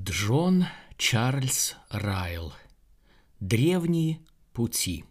Джон Чарльз Райл. Древние пути.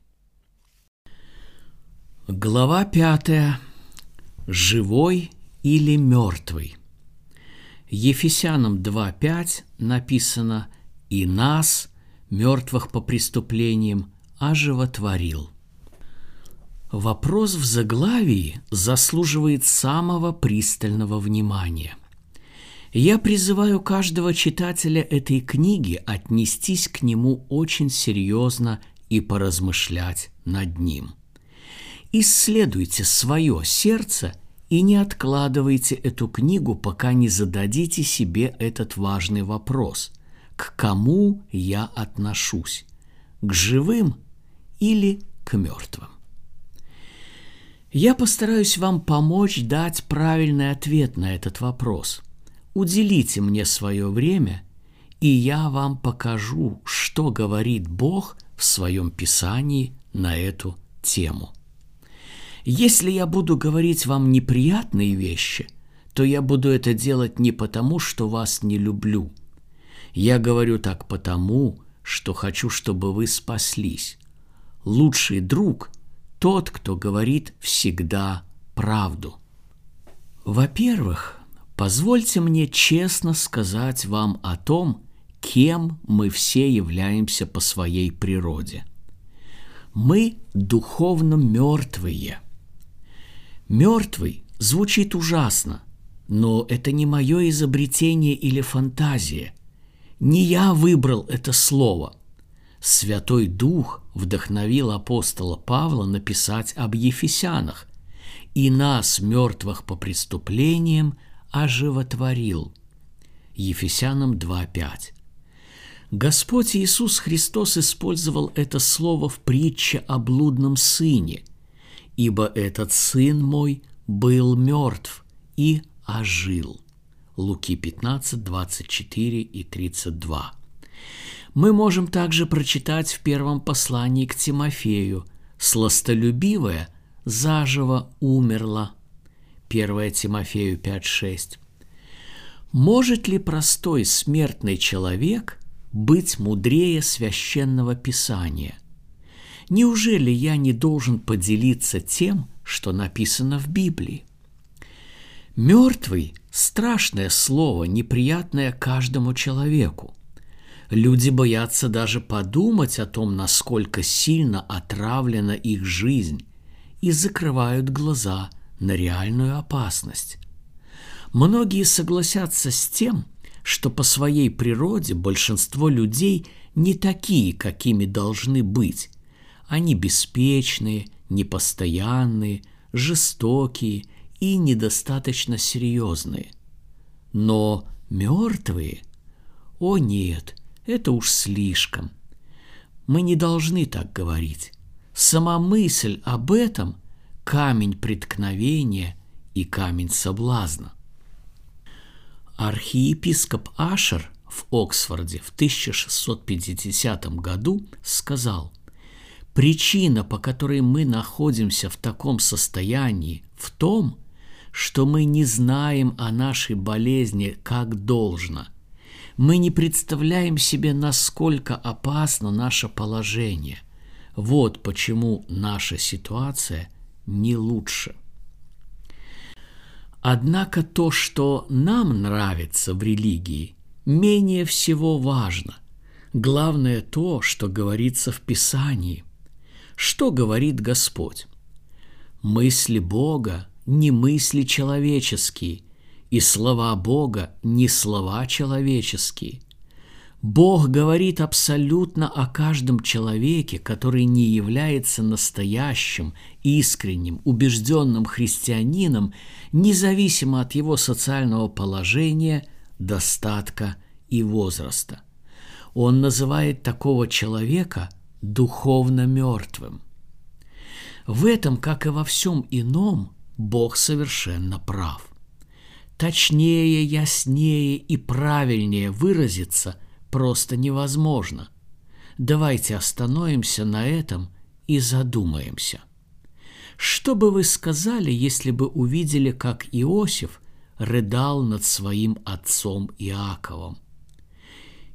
Глава 5. Живой или мертвый? Ефесянам 2:5 написано: «И нас, мертвых по преступлениям, оживотворил». Вопрос в заглавии заслуживает самого пристального внимания. Я призываю каждого читателя этой книги отнестись к нему очень серьезно и поразмышлять над ним. Исследуйте свое сердце и не откладывайте эту книгу, пока не зададите себе этот важный вопрос: к кому я отношусь? К живым или к мертвым? Я постараюсь вам помочь дать правильный ответ на этот вопрос. Уделите мне свое время, и я вам покажу, что говорит Бог в своем Писании на эту тему. Если я буду говорить вам неприятные вещи, то я буду это делать не потому, что вас не люблю. Я говорю так потому, что хочу, чтобы вы спаслись. Лучший друг – тот, кто говорит всегда правду. Во-первых, позвольте мне честно сказать вам о том, кем мы все являемся по своей природе. Мы духовно мертвые. Мертвый звучит ужасно, но это не мое изобретение или фантазия. Не я выбрал это слово. Святой Дух вдохновил апостола Павла написать об ефесянах: «И нас, мертвых по преступлениям, оживотворил». Ефесянам 2:5. Господь Иисус Христос использовал это слово в притче о блудном сыне: «Ибо этот сын мой был мертв и ожил». Луки 15, 24 и 32. Мы можем также прочитать в первом послании к Тимофею: «Сластолюбивая заживо умерла». 1 Тимофею 5:6. Может ли простой смертный человек быть мудрее священного Писания? Неужели я не должен поделиться тем, что написано в Библии? Мертвый – страшное слово, неприятное каждому человеку. Люди боятся даже подумать о том, насколько сильно отравлена их жизнь, и закрывают глаза на реальную опасность. Многие согласятся с тем, что по своей природе большинство людей не такие, какими должны быть. Они беспечные, непостоянные, жестокие и недостаточно серьезные. Но мертвые? О нет, это уж слишком. Мы не должны так говорить. Сама мысль об этом – камень преткновения и камень соблазна. Архиепископ Ашер в Оксфорде в 1650 году сказал: «Причина, по которой мы находимся в таком состоянии, в том, что мы не знаем о нашей болезни как должно. Мы не представляем себе, насколько опасно наше положение. Вот почему наша ситуация не лучше». Однако то, что нам нравится в религии, менее всего важно. Главное то, что говорится в Писании. Что говорит Господь? «Мысли Бога не мысли человеческие, и слова Бога не слова человеческие». Бог говорит абсолютно о каждом человеке, который не является настоящим, искренним, убежденным христианином, независимо от его социального положения, достатка и возраста. Он называет такого человека духовно мертвым. В этом, как и во всем ином, Бог совершенно прав. Точнее, яснее и правильнее выразиться просто невозможно. Давайте остановимся на этом и задумаемся. Что бы вы сказали, если бы увидели, как Иосиф рыдал над своим отцом Иаковом?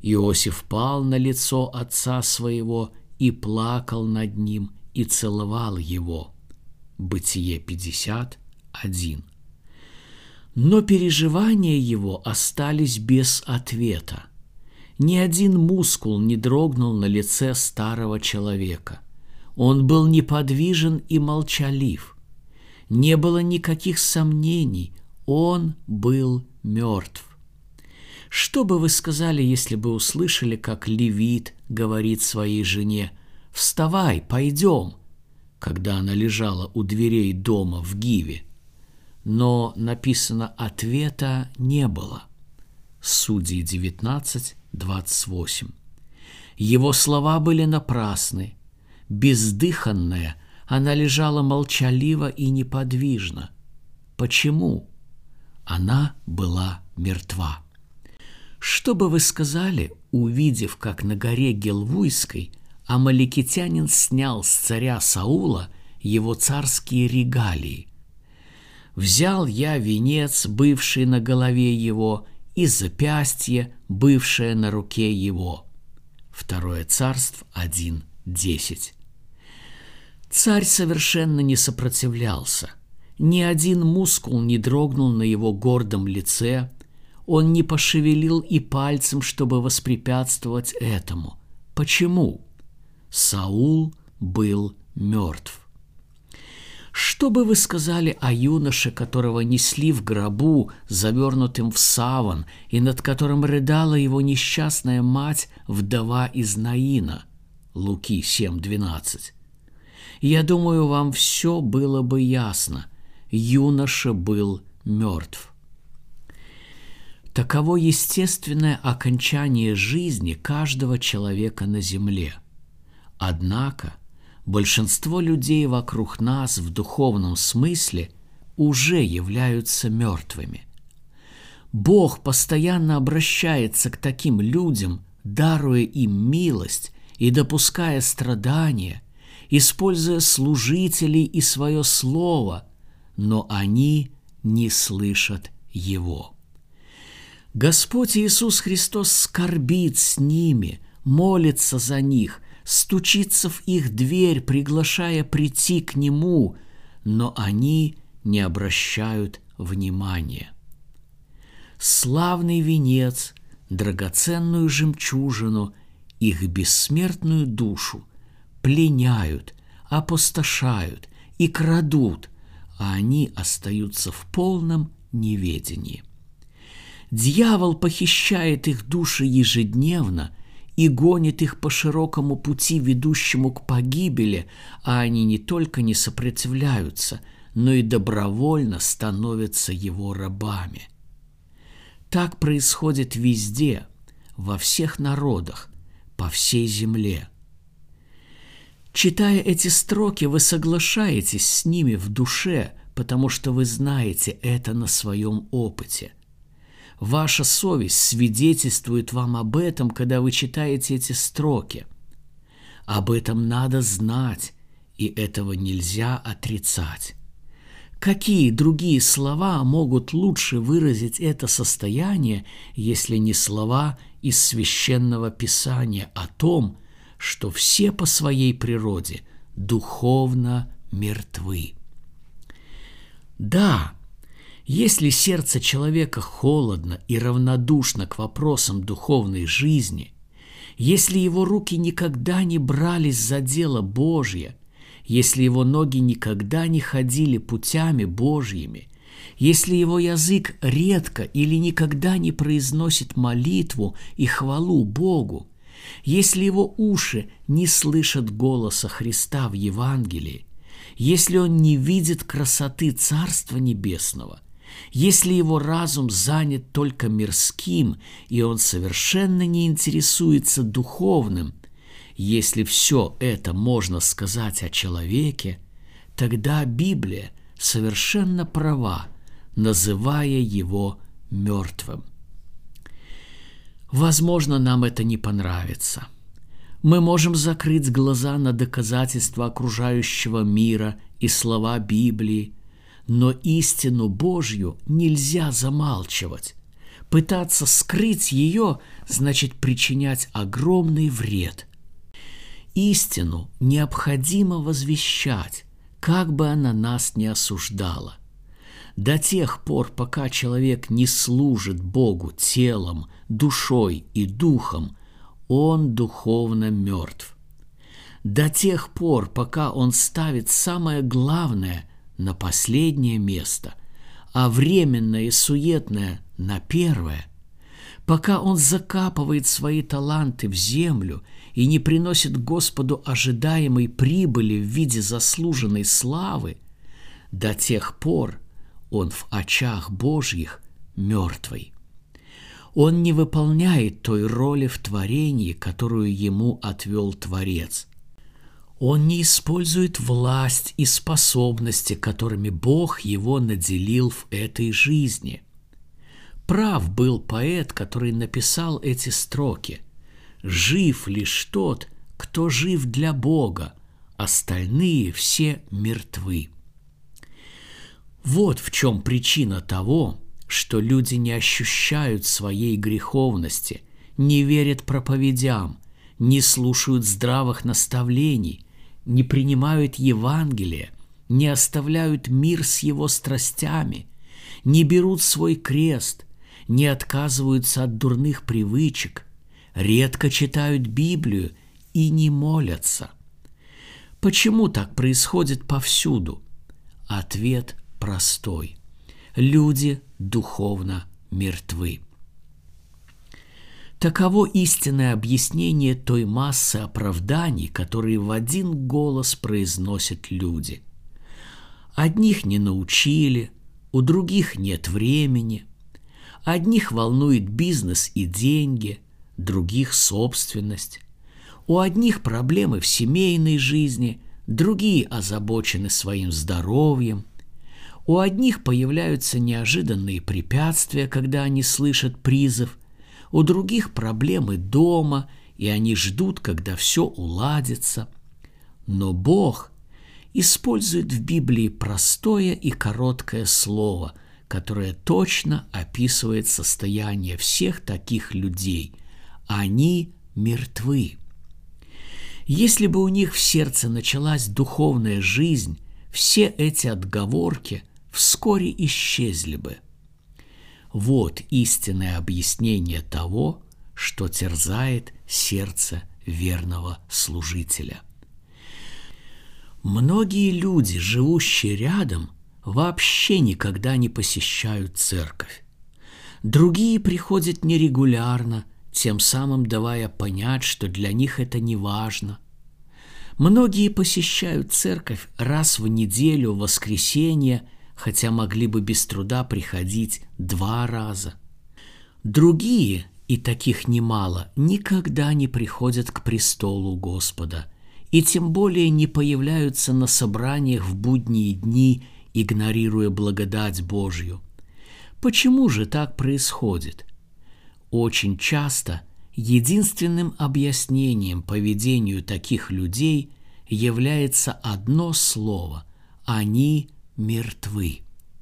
Иосиф пал на лицо отца своего и плакал над ним и целовал его. Бытие 51. Но переживания его остались без ответа. Ни один мускул не дрогнул на лице старого человека. Он был неподвижен и молчалив. Не было никаких сомнений, он был мертв. Что бы вы сказали, если бы услышали, как левит говорит своей жене: «Вставай, пойдем», когда она лежала у дверей дома в Гиве? Но написано, ответа не было. Судьи 19:28. Его слова были напрасны. Бездыханная, она лежала молчаливо и неподвижно. Почему? Она была мертва. Что бы вы сказали, увидев, как на горе Гилвуйской амаликитянин снял с царя Саула его царские регалии? «Взял я венец, бывший на голове его, и запястье, бывшее на руке его». Второе Царств 1:10. Царь совершенно не сопротивлялся. Ни один мускул не дрогнул на его гордом лице. Он не пошевелил и пальцем, чтобы воспрепятствовать этому. Почему? Саул был мертв. Что бы вы сказали о юноше, которого несли в гробу, завернутым в саван, и над которым рыдала его несчастная мать, вдова из Наина? Луки 7:12. Я думаю, вам все было бы ясно. Юноша был мертв. Таково естественное окончание жизни каждого человека на земле. Однако большинство людей вокруг нас в духовном смысле уже являются мертвыми. Бог постоянно обращается к таким людям, даруя им милость и допуская страдания, используя служителей и свое слово, но они не слышат Его. Господь Иисус Христос скорбит с ними, молится за них, стучится в их дверь, приглашая прийти к Нему, но они не обращают внимания. Славный венец, драгоценную жемчужину, их бессмертную душу пленяют, опустошают и крадут, а они остаются в полном неведении. Дьявол похищает их души ежедневно и гонит их по широкому пути, ведущему к погибели, а они не только не сопротивляются, но и добровольно становятся его рабами. Так происходит везде, во всех народах, по всей земле. Читая эти строки, вы соглашаетесь с ними в душе, потому что вы знаете это на своем опыте. Ваша совесть свидетельствует вам об этом, когда вы читаете эти строки. Об этом надо знать, и этого нельзя отрицать. Какие другие слова могут лучше выразить это состояние, если не слова из Священного Писания о том, что все по своей природе духовно мертвы? Да, если сердце человека холодно и равнодушно к вопросам духовной жизни, если его руки никогда не брались за дело Божье, если его ноги никогда не ходили путями Божьими, если его язык редко или никогда не произносит молитву и хвалу Богу, если его уши не слышат голоса Христа в Евангелии, если он не видит красоты Царства Небесного, если его разум занят только мирским, и он совершенно не интересуется духовным, если все это можно сказать о человеке, тогда Библия совершенно права, называя его мертвым. Возможно, нам это не понравится. Мы можем закрыть глаза на доказательства окружающего мира и слова Библии, но истину Божью нельзя замалчивать, Пытаться скрыть ее значит причинять огромный вред. Истину необходимо возвещать, как бы она нас ни осуждала. До тех пор, пока человек не служит Богу телом, душой и духом, он духовно мертв. До тех пор, пока он ставит самое главное на последнее место, а временное и суетное на первое, пока он закапывает свои таланты в землю и не приносит Господу ожидаемой прибыли в виде заслуженной славы, до тех пор он в очах Божьих мертвый. Он не выполняет той роли в творении, которую ему отвел Творец. Он не использует власть и способности, которыми Бог его наделил в этой жизни. Прав был поэт, который написал эти строки: «Жив лишь тот, кто жив для Бога, остальные все мертвы». Вот в чем причина того, что люди не ощущают своей греховности, не верят проповедям, не слушают здравых наставлений, не принимают Евангелие, не оставляют мир с его страстями, не берут свой крест, не отказываются от дурных привычек, редко читают Библию и не молятся. Почему так происходит повсюду? Ответ простой. Люди духовно мертвы. Таково истинное объяснение той массы оправданий, которые в один голос произносят люди. Одних не научили, у других нет времени. Одних волнует бизнес и деньги, других – собственность. У одних проблемы в семейной жизни, другие озабочены своим здоровьем. У одних появляются неожиданные препятствия, когда они слышат призыв, у других проблемы дома, и они ждут, когда все уладится. Но Бог использует в Библии простое и короткое слово, которое точно описывает состояние всех таких людей. Они мертвы. Если бы у них в сердце началась духовная жизнь, все эти отговорки вскоре исчезли бы. Вот истинное объяснение того, что терзает сердце верного служителя. Многие люди, живущие рядом, вообще никогда не посещают церковь. Другие приходят нерегулярно, тем самым давая понять, что для них это не важно. Многие посещают церковь раз в неделю, в воскресенье, хотя могли бы без труда приходить 2 раза. Другие, и таких немало, никогда не приходят к престолу Господа, и тем более не появляются на собраниях в будние дни, игнорируя благодать Божью. Почему же так происходит? Очень часто единственным объяснением поведению таких людей является одно слово – они мертвы.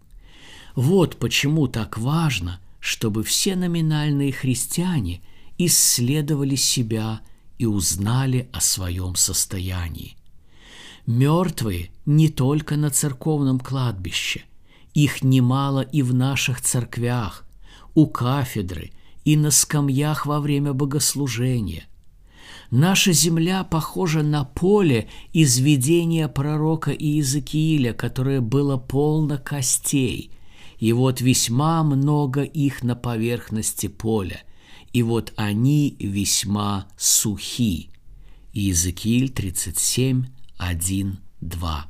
Вот почему так важно, чтобы все номинальные христиане исследовали себя и узнали о своем состоянии. Мертвые не только на церковном кладбище, их немало и в наших церквях, у кафедры и на скамьях во время богослужения. Наша земля похожа на поле из видения пророка Иезекииля, которое было полно костей, и вот весьма много их на поверхности поля, и вот они весьма сухи. Иезекииль 37, 1, 2.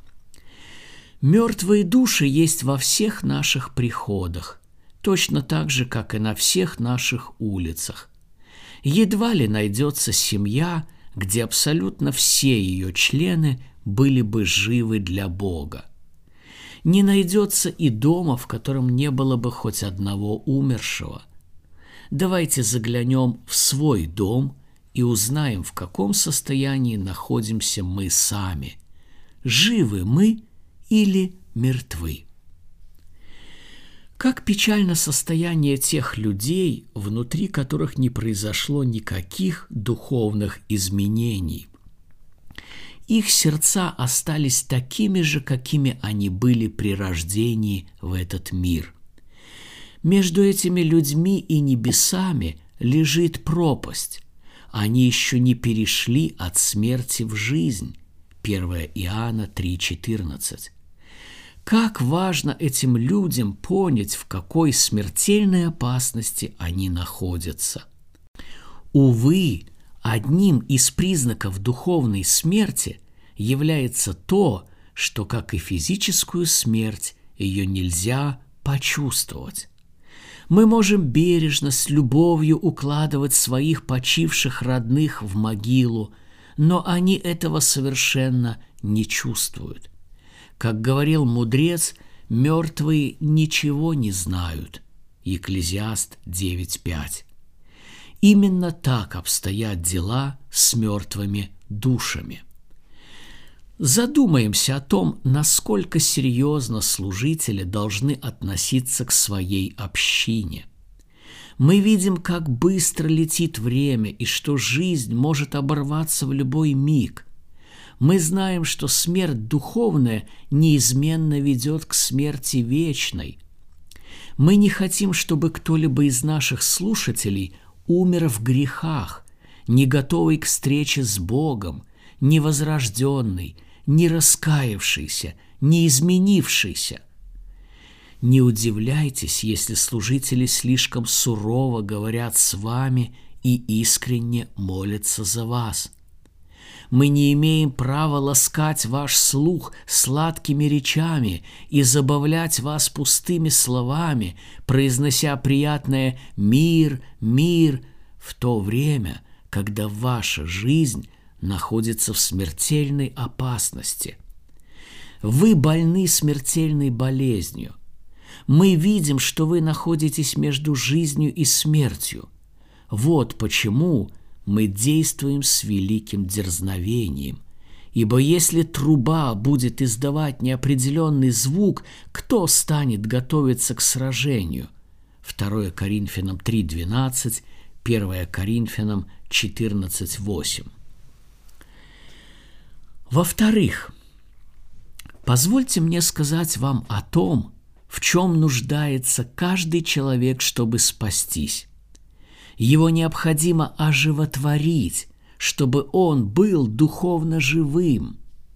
Мертвые души есть во всех наших приходах, точно так же, как и на всех наших улицах. Едва ли найдется семья, где абсолютно все ее члены были бы живы для Бога. Не найдется и дома, в котором не было бы хоть одного умершего. Давайте заглянем в свой дом и узнаем, в каком состоянии находимся мы сами. Живы мы или мертвы? Как печально состояние тех людей, внутри которых не произошло никаких духовных изменений. Их сердца остались такими же, какими они были при рождении в этот мир. Между этими людьми и небесами лежит пропасть. Они еще не перешли от смерти в жизнь. 1 Иоанна 3,14. Как важно этим людям понять, в какой смертельной опасности они находятся. Увы, одним из признаков духовной смерти является то, что, как и физическую смерть, ее нельзя почувствовать. Мы можем бережно, с любовью укладывать своих почивших родных в могилу, но они этого совершенно не чувствуют. Как говорил мудрец, мертвые ничего не знают. Екклезиаст 9:5. Именно так обстоят дела с мертвыми душами. Задумаемся о том, насколько серьезно служители должны относиться к своей общине. Мы видим, как быстро летит время и что жизнь может оборваться в любой миг. Мы знаем, что смерть духовная неизменно ведет к смерти вечной. Мы не хотим, чтобы кто-либо из наших слушателей умер в грехах, не готовый к встрече с Богом, невозрожденный, не раскаявшийся, не изменившийся. Не удивляйтесь, если служители слишком сурово говорят с вами и искренне молятся за вас. Мы не имеем права ласкать ваш слух сладкими речами и забавлять вас пустыми словами, произнося приятное «мир, мир», в то время, когда ваша жизнь находится в смертельной опасности. Вы больны смертельной болезнью. Мы видим, что вы находитесь между жизнью и смертью. Вот почему мы действуем с великим дерзновением. Ибо если труба будет издавать неопределенный звук, кто станет готовиться к сражению? 2 Коринфянам 3:12, 1 Коринфянам 14:8. Во-вторых, позвольте мне сказать вам о том, в чем нуждается каждый человек, чтобы спастись. Его необходимо оживотворить, чтобы он был духовно живым.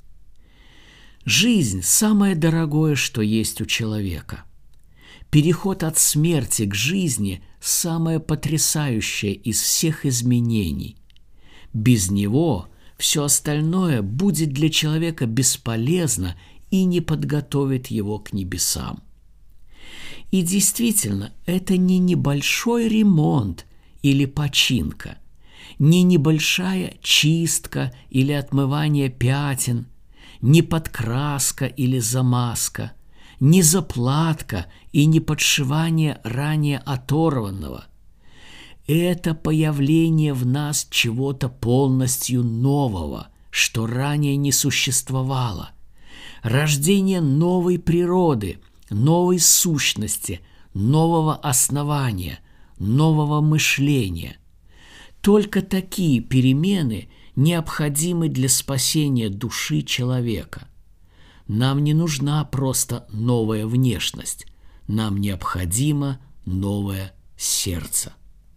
Жизнь – самое дорогое, что есть у человека. Переход от смерти к жизни – самое потрясающее из всех изменений. Без него все остальное будет для человека бесполезно и не подготовит его к небесам. И действительно, это не небольшой ремонт или починка, не небольшая чистка или отмывание пятен, не подкраска или замазка, не заплатка и не подшивание ранее оторванного. Это появление в нас чего-то полностью нового, что ранее не существовало, рождение новой природы, новой сущности, нового основания, нового мышления. Только такие перемены необходимы для спасения души человека. Нам не нужна просто новая внешность, нам необходимо новое сердце.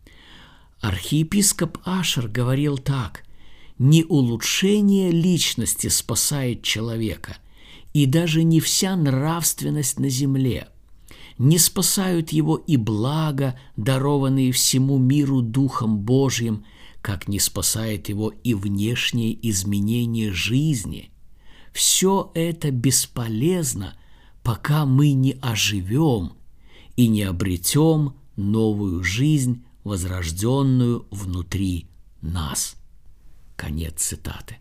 Архиепископ Ашер говорил так: «Не улучшение личности спасает человека, и даже не вся нравственность на земле. Не спасают его и блага, дарованные всему миру Духом Божьим, как не спасает его и внешние изменения жизни. Все это бесполезно, пока мы не оживем и не обретем новую жизнь, возрожденную внутри нас». Конец цитаты.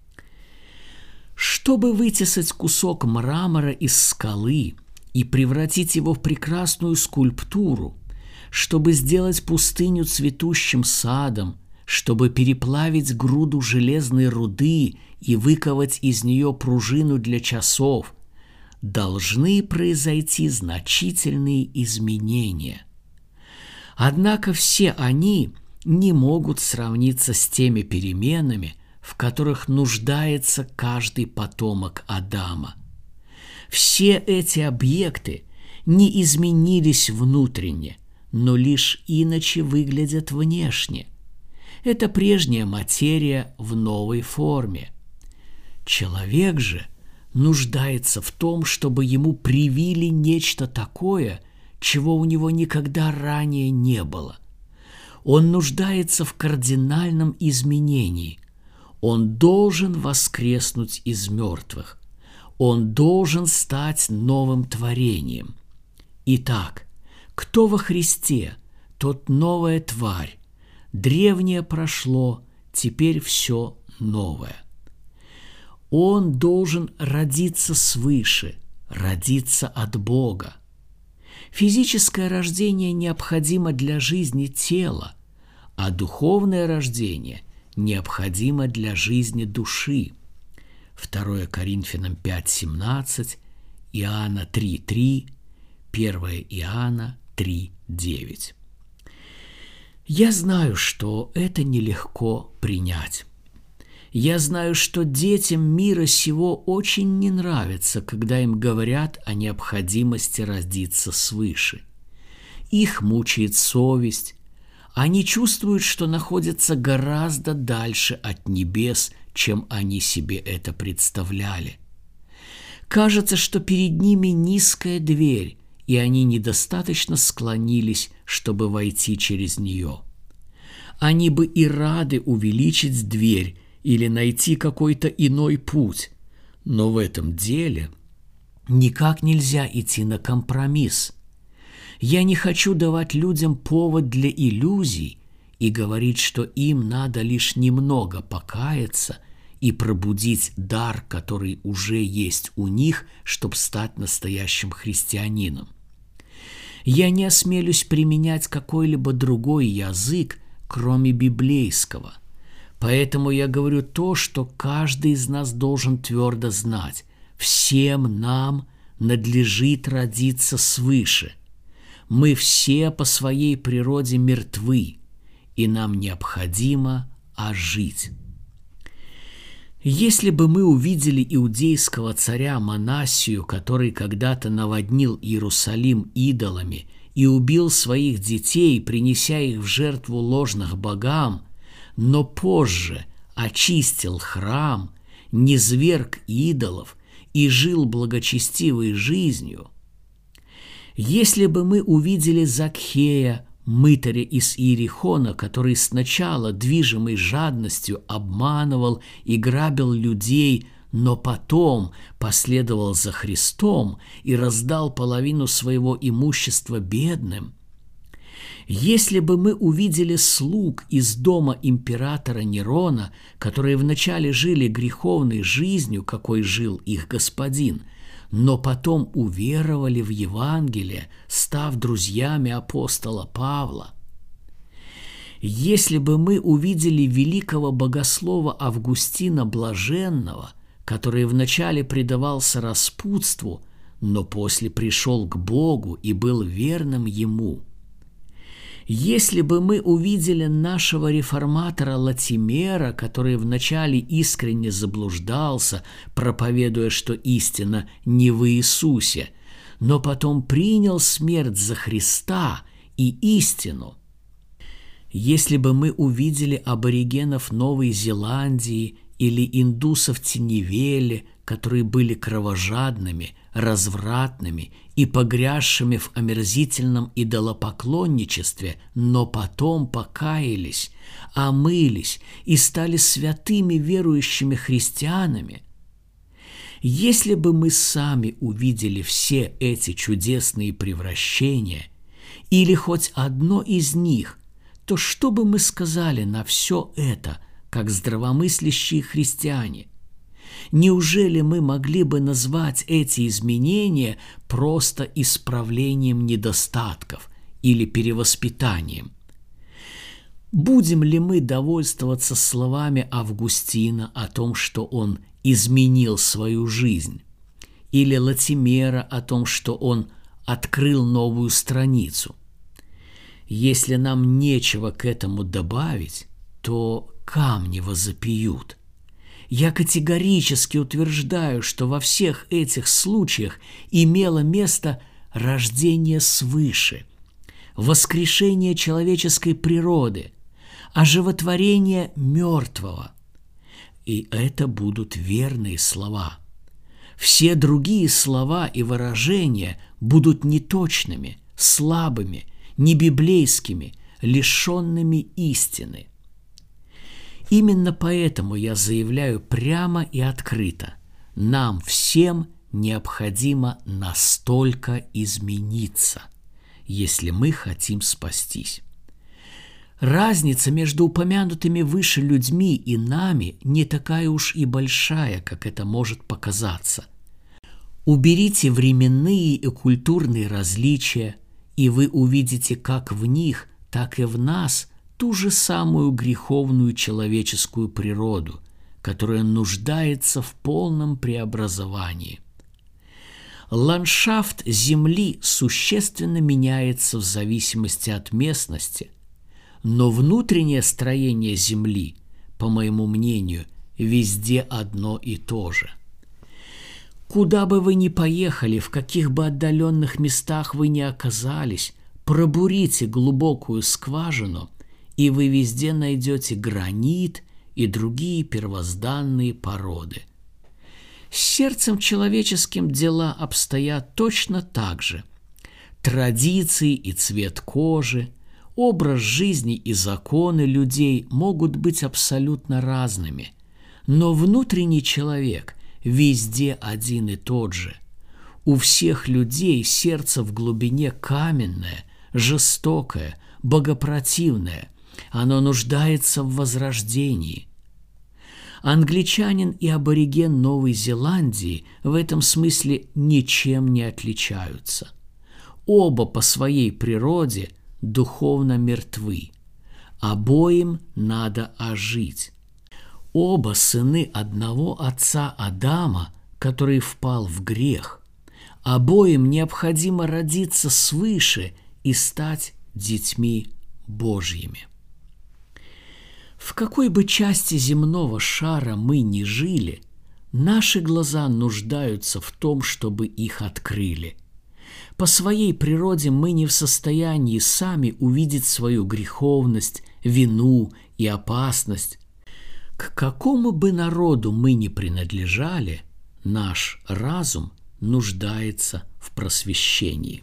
Чтобы вытесать кусок мрамора из скалы и превратить его в прекрасную скульптуру, чтобы сделать пустыню цветущим садом, чтобы переплавить груду железной руды и выковать из нее пружину для часов, должны произойти значительные изменения. Однако все они не могут сравниться с теми переменами, в которых нуждается каждый потомок Адама. Все эти объекты не изменились внутренне, но лишь иначе выглядят внешне. Это прежняя материя в новой форме. Человек же нуждается в том, чтобы ему привили нечто такое, чего у него никогда ранее не было. Он нуждается в кардинальном изменении. Он должен воскреснуть из мертвых. Он должен стать новым творением. Итак, кто во Христе, тот новая тварь. Древнее прошло, теперь все новое. Он должен родиться свыше, родиться от Бога. Физическое рождение необходимо для жизни тела, а духовное рождение необходимо для жизни души. 2 Коринфянам 5:17, Иоанна 3:3, 1 Иоанна 3:9. Я знаю, что это нелегко принять. Я знаю, что детям мира сего очень не нравится, когда им говорят о необходимости родиться свыше. Их мучает совесть. Они чувствуют, что находятся гораздо дальше от небес, чем они себе это представляли. Кажется, что перед ними низкая дверь, и они недостаточно склонились, чтобы войти через нее. Они бы и рады увеличить дверь или найти какой-то иной путь, но в этом деле никак нельзя идти на компромисс. Я не хочу давать людям повод для иллюзий и говорить, что им надо лишь немного покаяться и пробудить дар, который уже есть у них, чтобы стать настоящим христианином. Я не осмелюсь применять какой-либо другой язык, кроме библейского. Поэтому я говорю то, что каждый из нас должен твердо знать. Всем нам надлежит родиться свыше. Мы все по своей природе мертвы, и нам необходимо ожить. Если бы мы увидели иудейского царя Манассию, который когда-то наводнил Иерусалим идолами и убил своих детей, принеся их в жертву ложных богам, но позже очистил храм, низверг идолов и жил благочестивой жизнью, если бы мы увидели Закхея, мытаря из Иерихона, который сначала, движимый жадностью, обманывал и грабил людей, но потом последовал за Христом и раздал половину своего имущества бедным, если бы мы увидели слуг из дома императора Нерона, которые вначале жили греховной жизнью, какой жил их господин, но потом уверовали в Евангелие, став друзьями апостола Павла, если бы мы увидели великого богослова Августина Блаженного, который вначале предавался распутству, но после пришел к Богу и был верным Ему, если бы мы увидели нашего реформатора Латимера, который вначале искренне заблуждался, проповедуя, что истина не в Иисусе, но потом принял смерть за Христа и истину, если бы мы увидели аборигенов Новой Зеландии или индусов Тинивелли, которые были кровожадными, развратными и погрязшими в омерзительном идолопоклонничестве, но потом покаялись, омылись и стали святыми верующими христианами, если бы мы сами увидели все эти чудесные превращения или хоть одно из них, то что бы мы сказали на все это, как здравомыслящие христиане? Неужели мы могли бы назвать эти изменения просто исправлением недостатков или перевоспитанием? Будем ли мы довольствоваться словами Августина о том, что он изменил свою жизнь? или Латимера о том, что он открыл новую страницу. Если нам нечего к этому добавить, то камни возопьют. Я категорически утверждаю, что во всех этих случаях имело место рождение свыше, воскрешение человеческой природы, оживотворение мертвого. И это будут верные слова. Все другие слова и выражения будут неточными, слабыми, небиблейскими, лишенными истины. Именно поэтому я заявляю прямо и открыто: нам всем необходимо настолько измениться, если мы хотим спастись. Разница между упомянутыми выше людьми и нами не такая уж и большая, как это может показаться. Уберите временные и культурные различия, и вы увидите как в них, так и в нас ту же самую греховную человеческую природу, которая нуждается в полном преобразовании. Ландшафт Земли существенно меняется в зависимости от местности, но внутреннее строение Земли, по моему мнению, везде одно и то же. Куда бы вы ни поехали, в каких бы отдаленных местах вы ни оказались, пробурите глубокую скважину, и вы везде найдете гранит и другие первозданные породы. С сердцем человеческим дела обстоят точно так же. Традиции и цвет кожи, образ жизни и законы людей могут быть абсолютно разными, но внутренний человек везде один и тот же. У всех людей сердце в глубине каменное, жестокое, богопротивное. Оно нуждается в возрождении. Англичанин и абориген Новой Зеландии в этом смысле ничем не отличаются. Оба по своей природе духовно мертвы. Обоим надо ожить. Оба сыны одного отца Адама, который впал в грех. Обоим необходимо родиться свыше и стать детьми Божьими. В какой бы части земного шара мы ни жили, наши глаза нуждаются в том, чтобы их открыли. По своей природе мы не в состоянии сами увидеть свою греховность, вину и опасность. К какому бы народу мы ни принадлежали, наш разум нуждается в просвещении.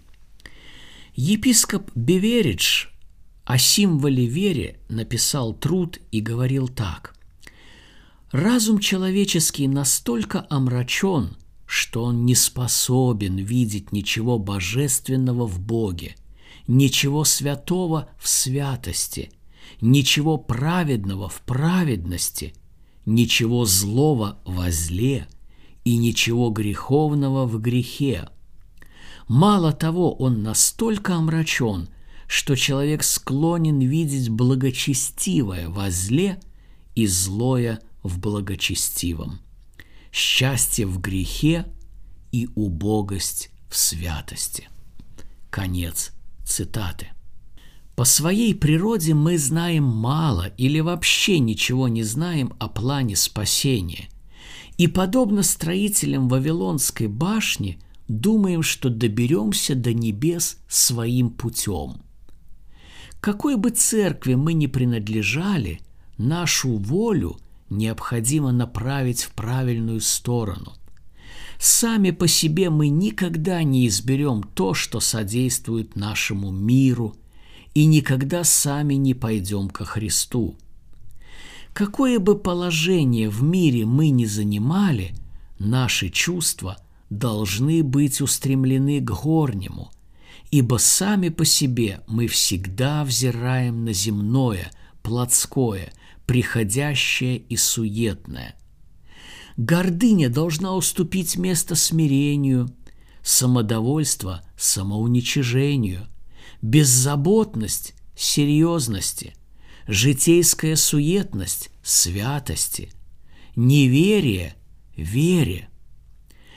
Епископ Беверидж о символе веры написал труд и говорил так: «Разум человеческий настолько омрачен, что он не способен видеть ничего божественного в Боге, ничего святого в святости, ничего праведного в праведности, ничего злого во зле и ничего греховного в грехе. Мало того, он настолько омрачен, что человек склонен видеть благочестивое во зле и злое в благочестивом, счастье в грехе и убогость в святости». Конец цитаты. По своей природе мы знаем мало или вообще ничего не знаем о плане спасения, и, подобно строителям Вавилонской башни, думаем, что доберемся до небес своим путем. Какой бы церкви мы ни принадлежали, нашу волю необходимо направить в правильную сторону. Сами по себе мы никогда не изберем то, что содействует нашему миру, и никогда сами не пойдем ко Христу. Какое бы положение в мире мы ни занимали, наши чувства должны быть устремлены к горнему, ибо сами по себе мы всегда взираем на земное, плотское, приходящее и суетное. Гордыня должна уступить место смирению, самодовольство – самоуничижению, беззаботность – серьезности, житейская суетность – святости, неверие – вере.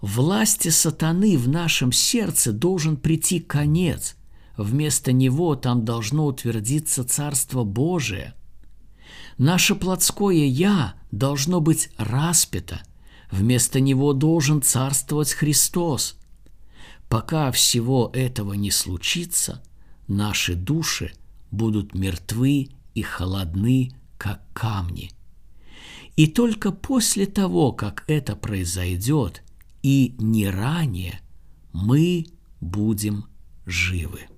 Власти сатаны в нашем сердце должен прийти конец. Вместо него там должно утвердиться Царство Божие. Наше плотское «я» должно быть распято. Вместо него должен царствовать Христос. Пока всего этого не случится, наши души будут мертвы и холодны, как камни. И только после того, как это произойдет, и не ранее, мы будем живы.